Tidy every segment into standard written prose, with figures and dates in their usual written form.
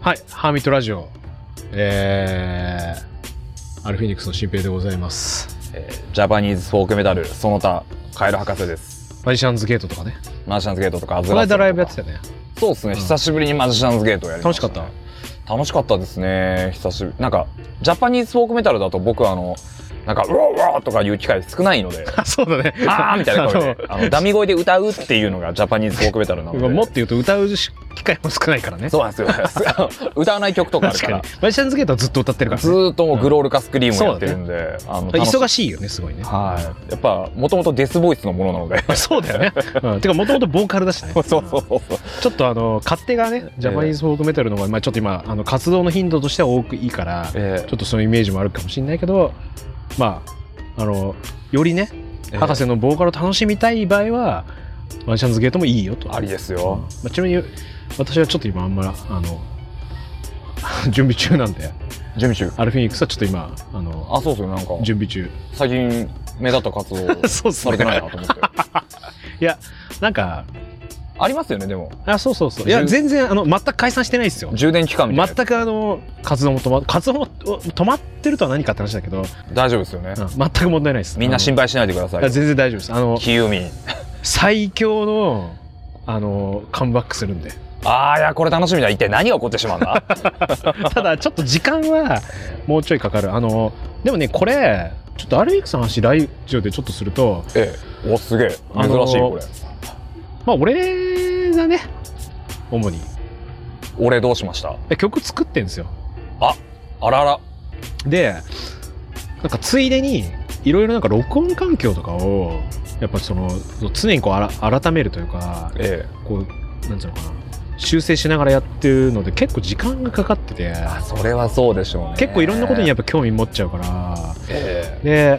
はい、ハーミットラジオ、アルフィニックスの新平でございます。 ジャパニーズフォークメタルその他カエル博士です。 マジシャンズゲートとかね。 マジシャンズゲートとかアズこの間ライブやっってたよね。 そうですね、久しぶりにマジシャンズゲートをやりました、ね。 楽しかった。 楽しかったですね。久しぶり。なんかジャパニーズフォークメタルだと僕はなんかうわうわとかいう機会少ないのでそうだね。 あーみたいな声でダミ声で歌うっていうのがジャパニーズフォークメタルなのでもっと言うと歌う機会も少ないからね。 そうなんですよ歌わない曲とかあるからマジシャンズゲートはずっと歌ってるから、ね、 ずーっともうグロールかスクリームやってるんで、 忙しいよね、すごいね。 はい。やっぱもともとデスボイスのものなのでそうだよね、てかもともとボーカルだしねそうちょっと勝手がねジャパニーズフォークメタルの方が、ちょっと今活動の頻度としては多くいいから、ちょっとそのイメージもあるかもしれないけど、よりね、博士のボーカルを楽しみたい場合はマジシャンズゲートもいいよと。 ありですよ。 ちなみに私はちょっと今あんま準備中なんで。 準備中。 アルフィニックスはちょっと今そうですよ、なんか準備中。 最近目立った活動されてないなと思っていや、なんかありますよね。でもそういや全然全く解散してないですよ。 充電期間みたいな。 全く活動も止まってるとは何かって話だけど大丈夫ですよね。 全く問題ないです。 みんな心配しないでください。 全然大丈夫です。 キーウミン最強のカムバックするんで。 いやこれ楽しみだ。一体何が起こってしまうんだただちょっと時間はもうちょいかかる。でもね、これちょっとアルフィックスの話ラジオでちょっとすると、 おすげえ珍しい。これ俺だね、主に。 俺どうしました？ 曲作ってんですよ。 あらら。 でなんかついでにいろいろなんか録音環境とかをやっぱ常にこう改めるというか、こうなんていうのかな、修正しながらやってるので結構時間がかかってて。 それはそうでしょうね。 結構いろんなことにやっぱ興味持っちゃうから、で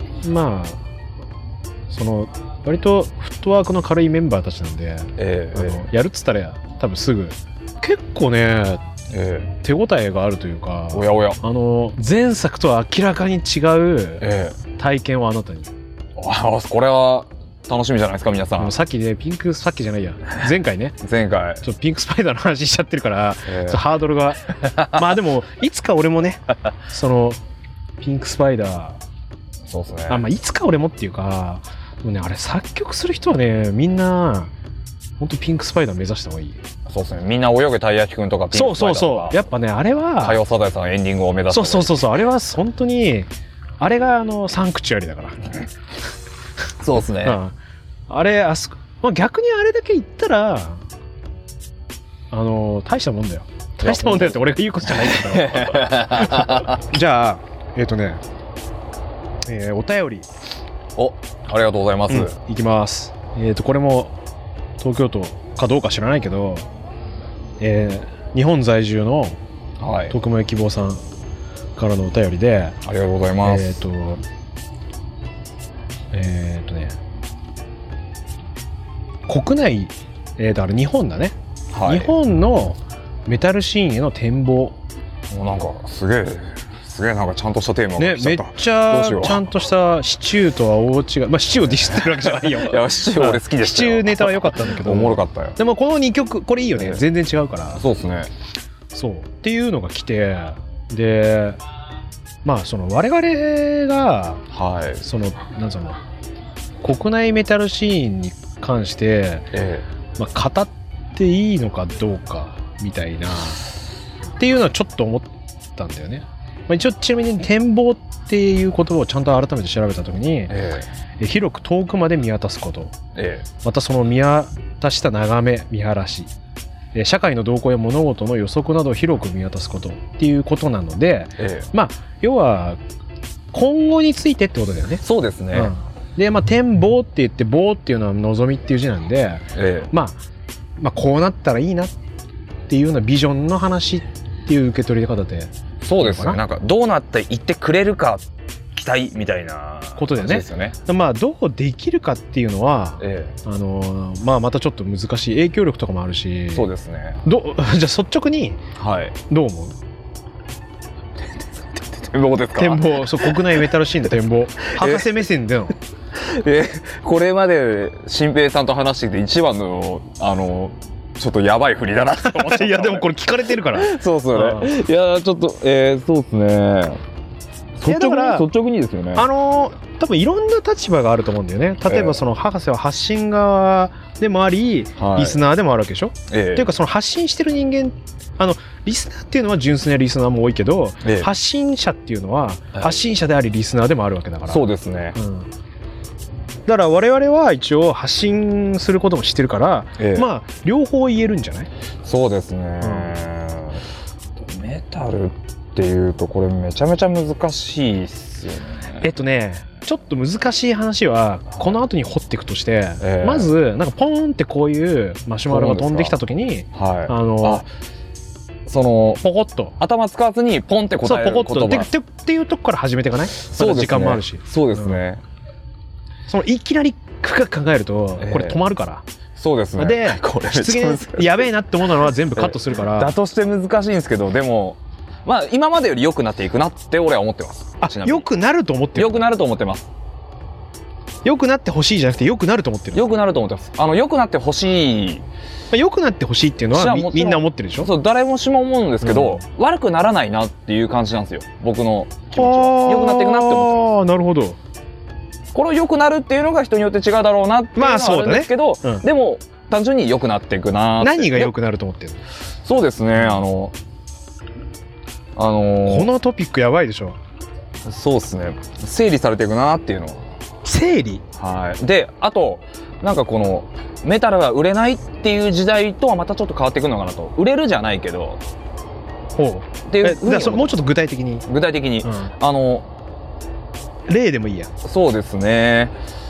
割とフットワークの軽いメンバーたちなんで、やるっつったら多分すぐ結構ね、手応えがあるというか、 おやおや、 前作とは明らかに違う体験をあなたに。 これは楽しみじゃないですか皆さん。 さっきね、さっきじゃないや、前回ね前回ちょっとピンクスパイダーの話しちゃってるから、ハードルがでもいつか俺もねピンクスパイダー、 そうですね、 いつか俺もっていうか、でもね、あれ作曲する人はね、みんな本当ピンクスパイダー目指した方がいい。 そうですね、みんな泳げたい焼きくんとかピンクスパイダーとか、 やっぱね、あれは火曜サザエさんのエンディングを目指して、 そうあれは本当に、あれがサンクチュアリだからそうですね、 あれ逆にあれだけ言ったら大したもんだよ。大したもんだよって俺が言うことじゃないけどじゃあお便り、 ありがとうございます。 いきます。これも東京都かどうか知らないけど、日本在住の匿名希望さんからのお便りで、 ありがとうございます。 国内、日本だね、日本のメタルシーンへの展望。 もうなんかすげえなんかちゃんとしたテーマが来ちゃった。 めっちゃちゃんとしたシチューとは大違い。シチューをディスってるわけじゃないよ。 いや、シチュー俺好きでしたよ。 シチューネタは良かったんだけど、 おもろかったよ。 でもこの2曲これいいよね、全然違うから。 そうですね。 そうっていうのが来て、で我々がなんつうの、国内メタルシーンに関して、語っていいのかどうかみたいなっていうのはちょっと思ったんだよね。一応ちなみに展望っていう言葉をちゃんと改めて調べたときに、広く遠くまで見渡すこと、またその見渡した眺め、見晴らし、社会の動向や物事の予測などを広く見渡すことっていうことなので、要は今後についてってことだよね。 そうですね。 で展望って言って、望っていうのは望みっていう字なんで、こうなったらいいなっていうようなビジョンの話っていう受け取り方で。 そうですね。なんかどうなっていってくれるか期待みたいなことだよね。 ですよね。 どうできるかっていうのは、またちょっと難しい、影響力とかもあるし。 そうですね。 じゃあ率直にどう思う？ 展望ですか？ 展望、国内メタルシーンの展望、博士目線でのこれまで新平さんと話してきて一番のちょっとやばい振りだなと思っていやでもこれ聞かれてるからそうっすよね。いやちょっとそうですね。率直にですよね。 多分いろんな立場があると思うんだよね。例えばその博士は発信側でもあり、リスナーでもあるわけでしょ。っていうかその発信してる人間、リスナーっていうのは純粋なリスナーも多いけど、発信者っていうのは発信者でありリスナーでもあるわけだから。 そうですね。 だから我々は一応発信することもしてるから、まあ両方言えるんじゃない？ そうですね。メタルっていうとこれめちゃめちゃ難しいっすよね。 ちょっと難しい話はこの後に掘っていくとして、まずなんかポーンってこういうマシュマロが飛んできた時に、 そのポコッと頭使わずにポンって答える言葉、 そうポコッとっていうとこから始めていかない？そうですね。時間もあるし。 そうですね。 そのいきなり深く考えるとこれ止まるから。 そうですね。 で出現やべえなって思うのは全部カットするから。 だとして難しいんですけど、でもまあ今までより良くなっていくなって俺は思ってます。 良くなると思ってる。 良くなると思ってます。 良くなってほしいじゃなくて良くなると思ってる。 良くなると思ってます。良くなってほしい。 良くなってほしいっていうのはみんな思ってるでしょ。 そう、誰もしも思うんですけど、悪くならないなっていう感じなんですよ。僕の気持ちは。良くなっていくなって思ってます。 なるほど。 これ良くなるっていうのが人によって違うだろうなっていうのはあるんですけど、でも単純に良くなっていくな。 何が良くなると思ってるの？ そうですね。このトピックやばいでしょ。 そうですね。整理されていくなっていうのは。 整理？ はい。で、あとなんかこのメタルが売れないっていう時代とはまたちょっと変わっていくのかなと。売れるじゃないけど。っていうふうにもうちょっと具体的に。 具体的に、 例でもいいや。 そうですね。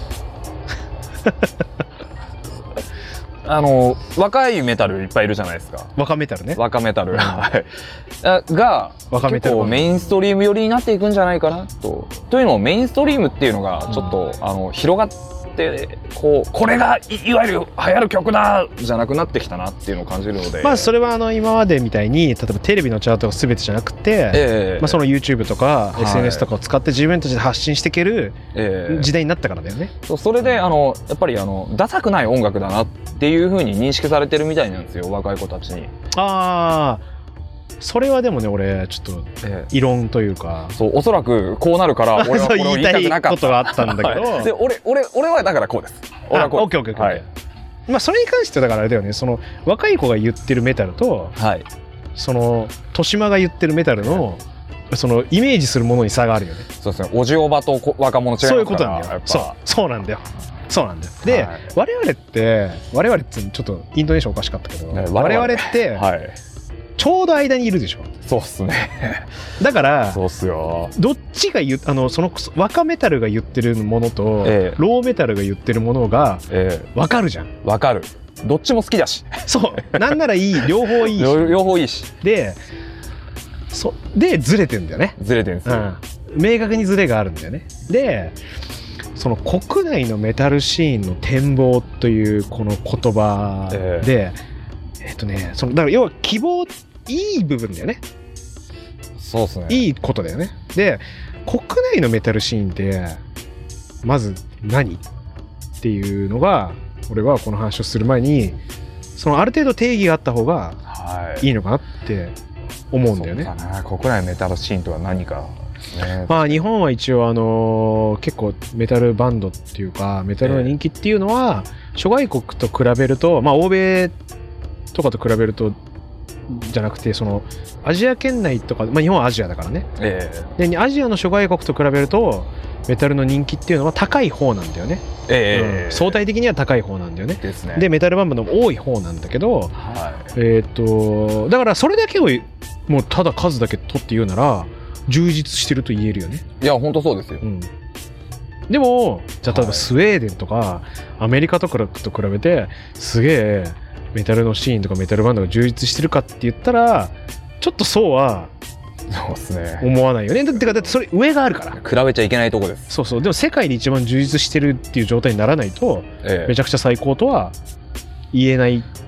若いメタルいっぱいいるじゃないですか。 若メタルね。 若メタル、が結構メインストリーム寄りになっていくんじゃないかなと。というのもメインストリームっていうのがちょっと、広がってこれがいわゆる流行る曲だじゃなくなってきたなっていうのを感じるので、 まあそれは今までみたいに例えばテレビのチャートが全てじゃなくて、その YouTube とか SNS とかを使って自分たちで発信していける時代になったからだよね。 それでやっぱりダサくない音楽だなっていう風に認識されてるみたいなんですよ、若い子たちに。それはでもね、俺ちょっと異論というか、 おそらくこうなるから俺はこれを言いたくなかったことがあったんだけど、 で俺はだからこうです。俺はこう。 オッケー。まあそれに関してはだからあれだよね、その若い子が言ってるメタルと、その豊島が言ってるメタルのそのイメージするものに差があるよね。 そうですね。おじおばと若者違いますから。 そういうことなんだよ。そうなんだよ。で、我々ってちょっとイントネーションおかしかったけど、我々ってちょうど間にいるでしょ。 そうっすね。 だからそうっすよ。 どっちがその若メタルが言ってるものと、ローメタルが言ってるものが分かるじゃん。 分かる。どっちも好きだし。 そうなんならいい、両方いいし。 両方いいし。 でずれてんだよね。 ずれてんですよ。 明確にずれがあるんだよね。でその国内のメタルシーンの展望というこの言葉で、だから要は希望、いい部分だよね。 そうですね。 いいことだよね。で国内のメタルシーンってまず何っていうのが、俺はこの話をする前にそのある程度定義があった方がいいのかなって思うんだよね。 そうかな。国内のメタルシーンとは何か。 まあ日本は一応結構メタルバンドっていうかメタルの人気っていうのは諸外国と比べると、まあ欧米とかと比べるとじゃなくて、そのアジア圏内とか、まあ日本はアジアだからね、でアジアの諸外国と比べるとメタルの人気っていうのは高い方なんだよね。相対的には高い方なんだよね。でメタルバンドも多い方なんだけど、だからそれだけをもうただ数だけ取って言うなら充実してると言えるよね。 いや本当そうですよ。 でもじゃあ例えばスウェーデンとかアメリカとかと比べてすげえメタルのシーンとかメタルバンドが充実してるかって言ったらちょっとそうは思わないよね。だってそれ上があるから比べちゃいけないとこです。 そうでも世界で一番充実してるっていう状態にならないと、めちゃくちゃ最高とは言えない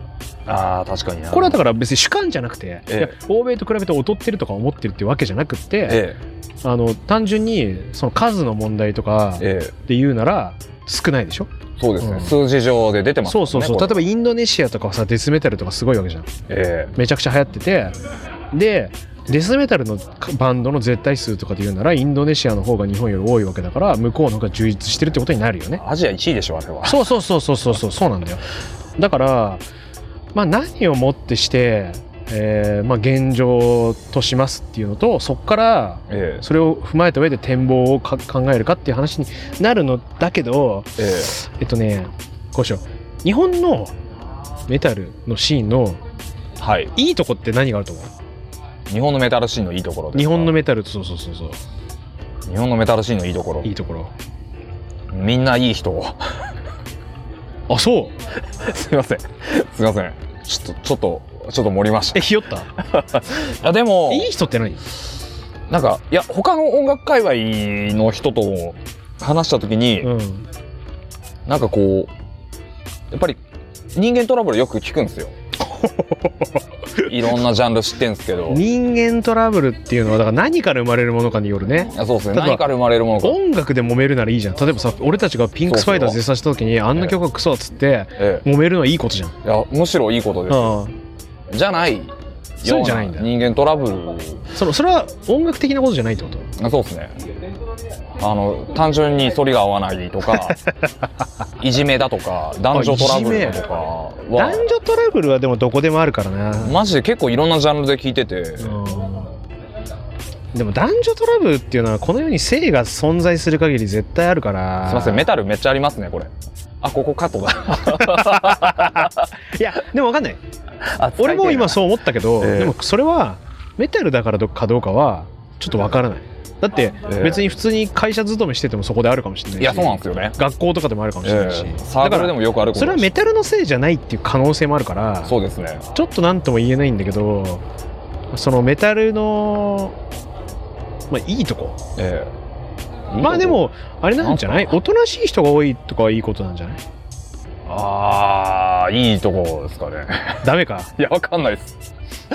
確かにな。 これはだから別に主観じゃなくて、いや欧米と比べて劣ってるとか思ってるっていうわけじゃなくて、単純にその数の問題とかで言うなら少ないでしょ。 そうですね、数字上で出てますね。 そう。例えばインドネシアとかはさ、デスメタルとかすごいわけじゃん。めちゃくちゃ流行ってて、でデスメタルのバンドの絶対数とかで言うならインドネシアの方が日本より多いわけだから、向こうの方が充実してるってことになるよね。 アジア1位でしょあれは。 そうなんだよ。だから何をもってして現状としますっていうのと、そこからそれを踏まえた上で展望を考えるかっていう話になるのだけど、こうしよう。日本のメタルのシーンのいいとこって何があると思う？ 日本のメタルシーンのいいところですか？ 日本のメタル、そう。 日本のメタルシーンのいいところ。みんないい人。 あ、そう。 すいません。ちょっと盛りました。 ひよった？ でもいい人って何？ なんか他の音楽界隈の人と話した時に、なんかこうやっぱり人間トラブルよく聞くんですよ。いろんなジャンル知ってんすけど、 人間トラブルっていうのはだから何から生まれるものかによるね。 そうですね。何から生まれるものか。 音楽で揉めるならいいじゃん。例えばさ、俺たちがピンクスパイダーズ絶賛した時にあんな曲がクソっつって揉めるのはいいことじゃん。 いやむしろいいことですよ。じゃないそうじゃないんだ。 人間トラブル、 それは音楽的なことじゃないってこと？ そうですね。単純に反りが合わないとかいじめだとか男女トラブルだとかは、 男女トラブルはでもどこでもあるからな。 マジで結構いろんなジャンルで聞いてて、 でも男女トラブルっていうのはこの世に性が存在する限り絶対あるから。 すいません、メタルめっちゃありますねこれ。ここカットだ。 いやでも分かんない。俺も今そう思ったけど、でもそれはメタルだからかどうかはちょっと分からない。だって別に普通に会社勤めしててもそこであるかもしれないし、 いやそうなんですよね。 学校とかでもあるかもしれないし、 サークルでもよくあることだし、 それはメタルのせいじゃないっていう可能性もあるから。 そうですね。 ちょっと何とも言えないんだけど、そのメタルのいいとこ、でもあれなんじゃない？おとなしい人が多いとかはいいことなんじゃない？ いいとこですかね。 ダメか？ いやわかんないです。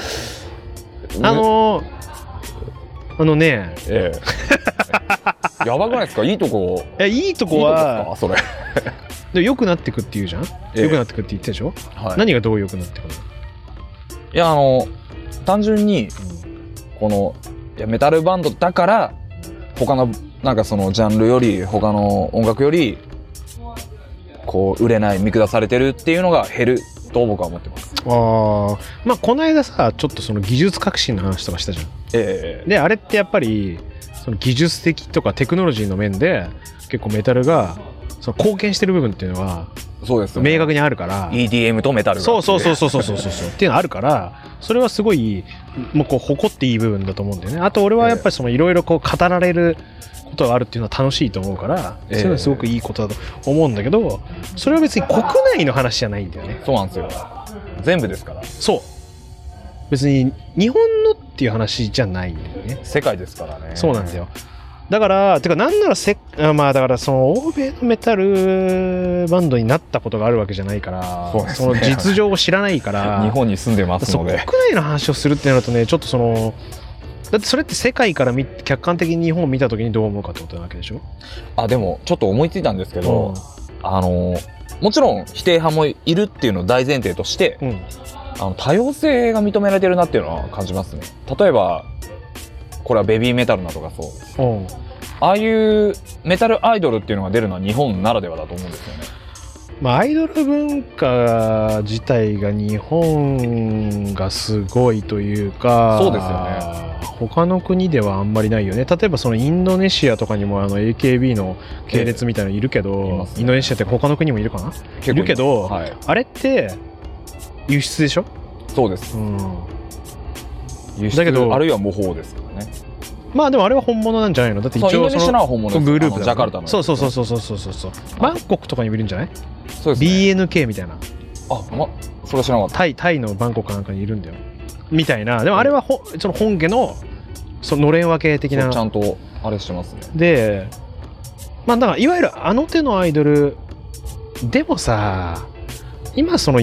やばくないですか？いいとこ。 いいとこはそれで良くなってくって言うじゃん。良くなってくって言ってたでしょ。何がどう良くなってくるの？ いや単純にこのメタルバンドだから他のなんかそのジャンルより他の音楽よりこう売れない見下されてるっていうのが減ると僕は思ってます。 この間さちょっとその技術革新の話とかしたじゃん。であれってやっぱりその技術的とかテクノロジーの面で結構メタルがその貢献してる部分っていうのはそうですよね、 明確にあるから。 EDM とメタルがそうっていうのあるから、それはすごいもうこう誇っていい部分だと思うんだよね。あと俺はやっぱりそのいろいろこう語られることがあるっていうのは楽しいと思うから、そういうのはすごくいいことだと思うんだけど、それは別に国内の話じゃないんだよね。 そうなんですよ。全部ですから。 そう別に日本のっていう話じゃないんだよね。 世界ですからね。 そうなんだよ。だからてかなんならだからその欧米のメタルバンドになったことがあるわけじゃないから、その実情を知らないから日本に住んでますので、 国内の話をするってなるとね、ちょっとそのだってそれって世界から客観的に日本を見た時にどう思うかってことなわけでしょ。 でもちょっと思いついたんですけど、もちろん否定派もいるっていうのを大前提として、多様性が認められてるなっていうのは感じますね。例えばこれはベビーメタルなどがそう、ああいうメタルアイドルっていうのが出るのは日本ならではだと思うんですよね。 アイドル文化自体が日本がすごいというか、 そうですよね。 他の国ではあんまりないよね。例えばそのインドネシアとかにもAKB の系列みたいなのいるけど、インドネシアって他の国もいるかな？いるけど、あれって輸出でしょ？ そうです。輸出だけどあるいは模倣ですからね。 でもあれは本物なんじゃないの？だって一応インドネシアは本物です。 グループだジャカルタの。 そうバンコクとかにもいるんじゃない？そうですね。BNK みたいな。 それは知らなかった。 タイのバンコクなんかにいるんだよみたいな。でもあれはその本家のそののれん分け的な。 ちゃんとあれしてますね。 でだからいわゆるあの手のアイドルでもさ、今その言っ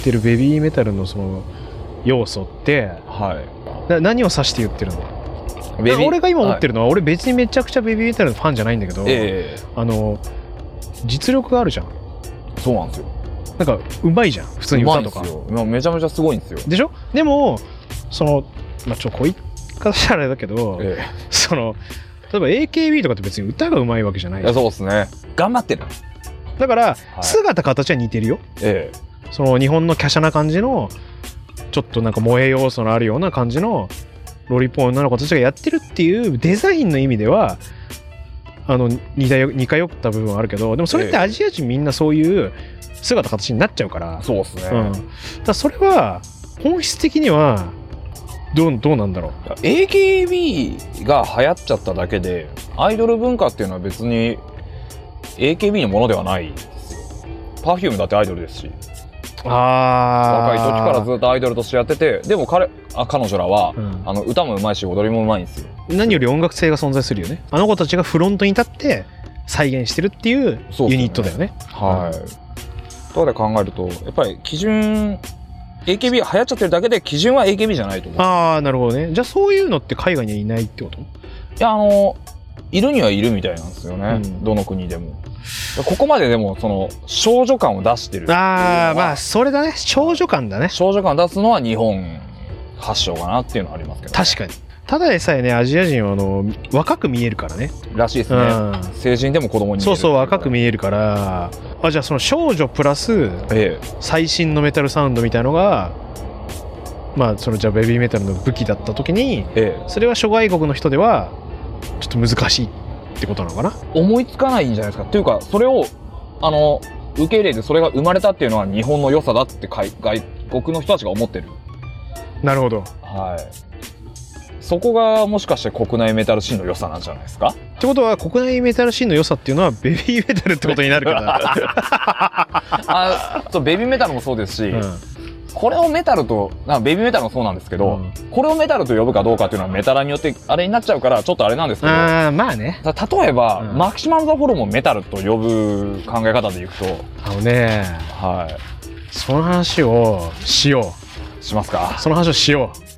ってるベビーメタルのその要素って、何を指して言ってるの？俺が今思ってるのは、俺別にめちゃくちゃベビーメタルのファンじゃないんだけど、実力があるじゃん。 そうなんですよ。 なんかうまいじゃん、普通に歌とか。 めちゃめちゃすごいんですよ。 でしょ？でもそのこういう言い方したらあれだけど、その例えば AKB とかって別に歌がうまいわけじゃない。 そうですね。頑張ってる。 だから姿形は似てるよ。その日本の華奢な感じのちょっとなんか萌え要素のあるような感じのロリポン女の子たちがやってるっていうデザインの意味では似通った部分はあるけど、でもそれってアジア人みんなそういう姿形になっちゃうから。 そうですね。 だそれは本質的にはどうなんだろう。 AKB が流行っちゃっただけでアイドル文化っていうのは別に AKB のものではないですよ。 Perfume だってアイドルですし、若い時からずっとアイドルとしてやってて、でも彼女らは、歌もうまいし踊りもうまいんですよ。 何より音楽性が存在するよね。あの子たちがフロントに立って再現してるっていうユニットだよね。 とで考えるとやっぱり基準 AKB が流行っちゃってるだけで基準は AKB じゃないと思う。 なるほどね。じゃあそういうのって海外にはいないってこと？ いやいるにはいるみたいなんですよね、どの国でも。ここまででもその少女感を出してるっていうのはそれだね。少女感だね。 少女感出すのは日本発祥かなっていうのはありますけど、 確かに。ただでさえね、アジア人は若く見えるからね。 らしいですね。成人でも子供に見える。 そう若く見えるから。じゃあその少女プラス最新のメタルサウンドみたいのがそのじゃあベビーメタルの武器だった時に、それは諸外国の人ではちょっと難しいってことなのかな。 思いつかないんじゃないですか。っていうかそれを受け入れてそれが生まれたっていうのは日本の良さだって外国の人たちが思ってる。 なるほど。 そこがもしかして国内メタルシーンの良さなんじゃないですか。 ってことは国内メタルシーンの良さっていうのはベビーメタルってことになるからベビーメタルもそうですし、これをメタルとベビーメタルもそうなんですけど、これをメタルと呼ぶかどうかっていうのはメタラによってあれになっちゃうからちょっとあれなんですけど、例えば、マキシマムザホルモンメタルと呼ぶ考え方でいくとその話をしよう。 しますか。 その話をしよう。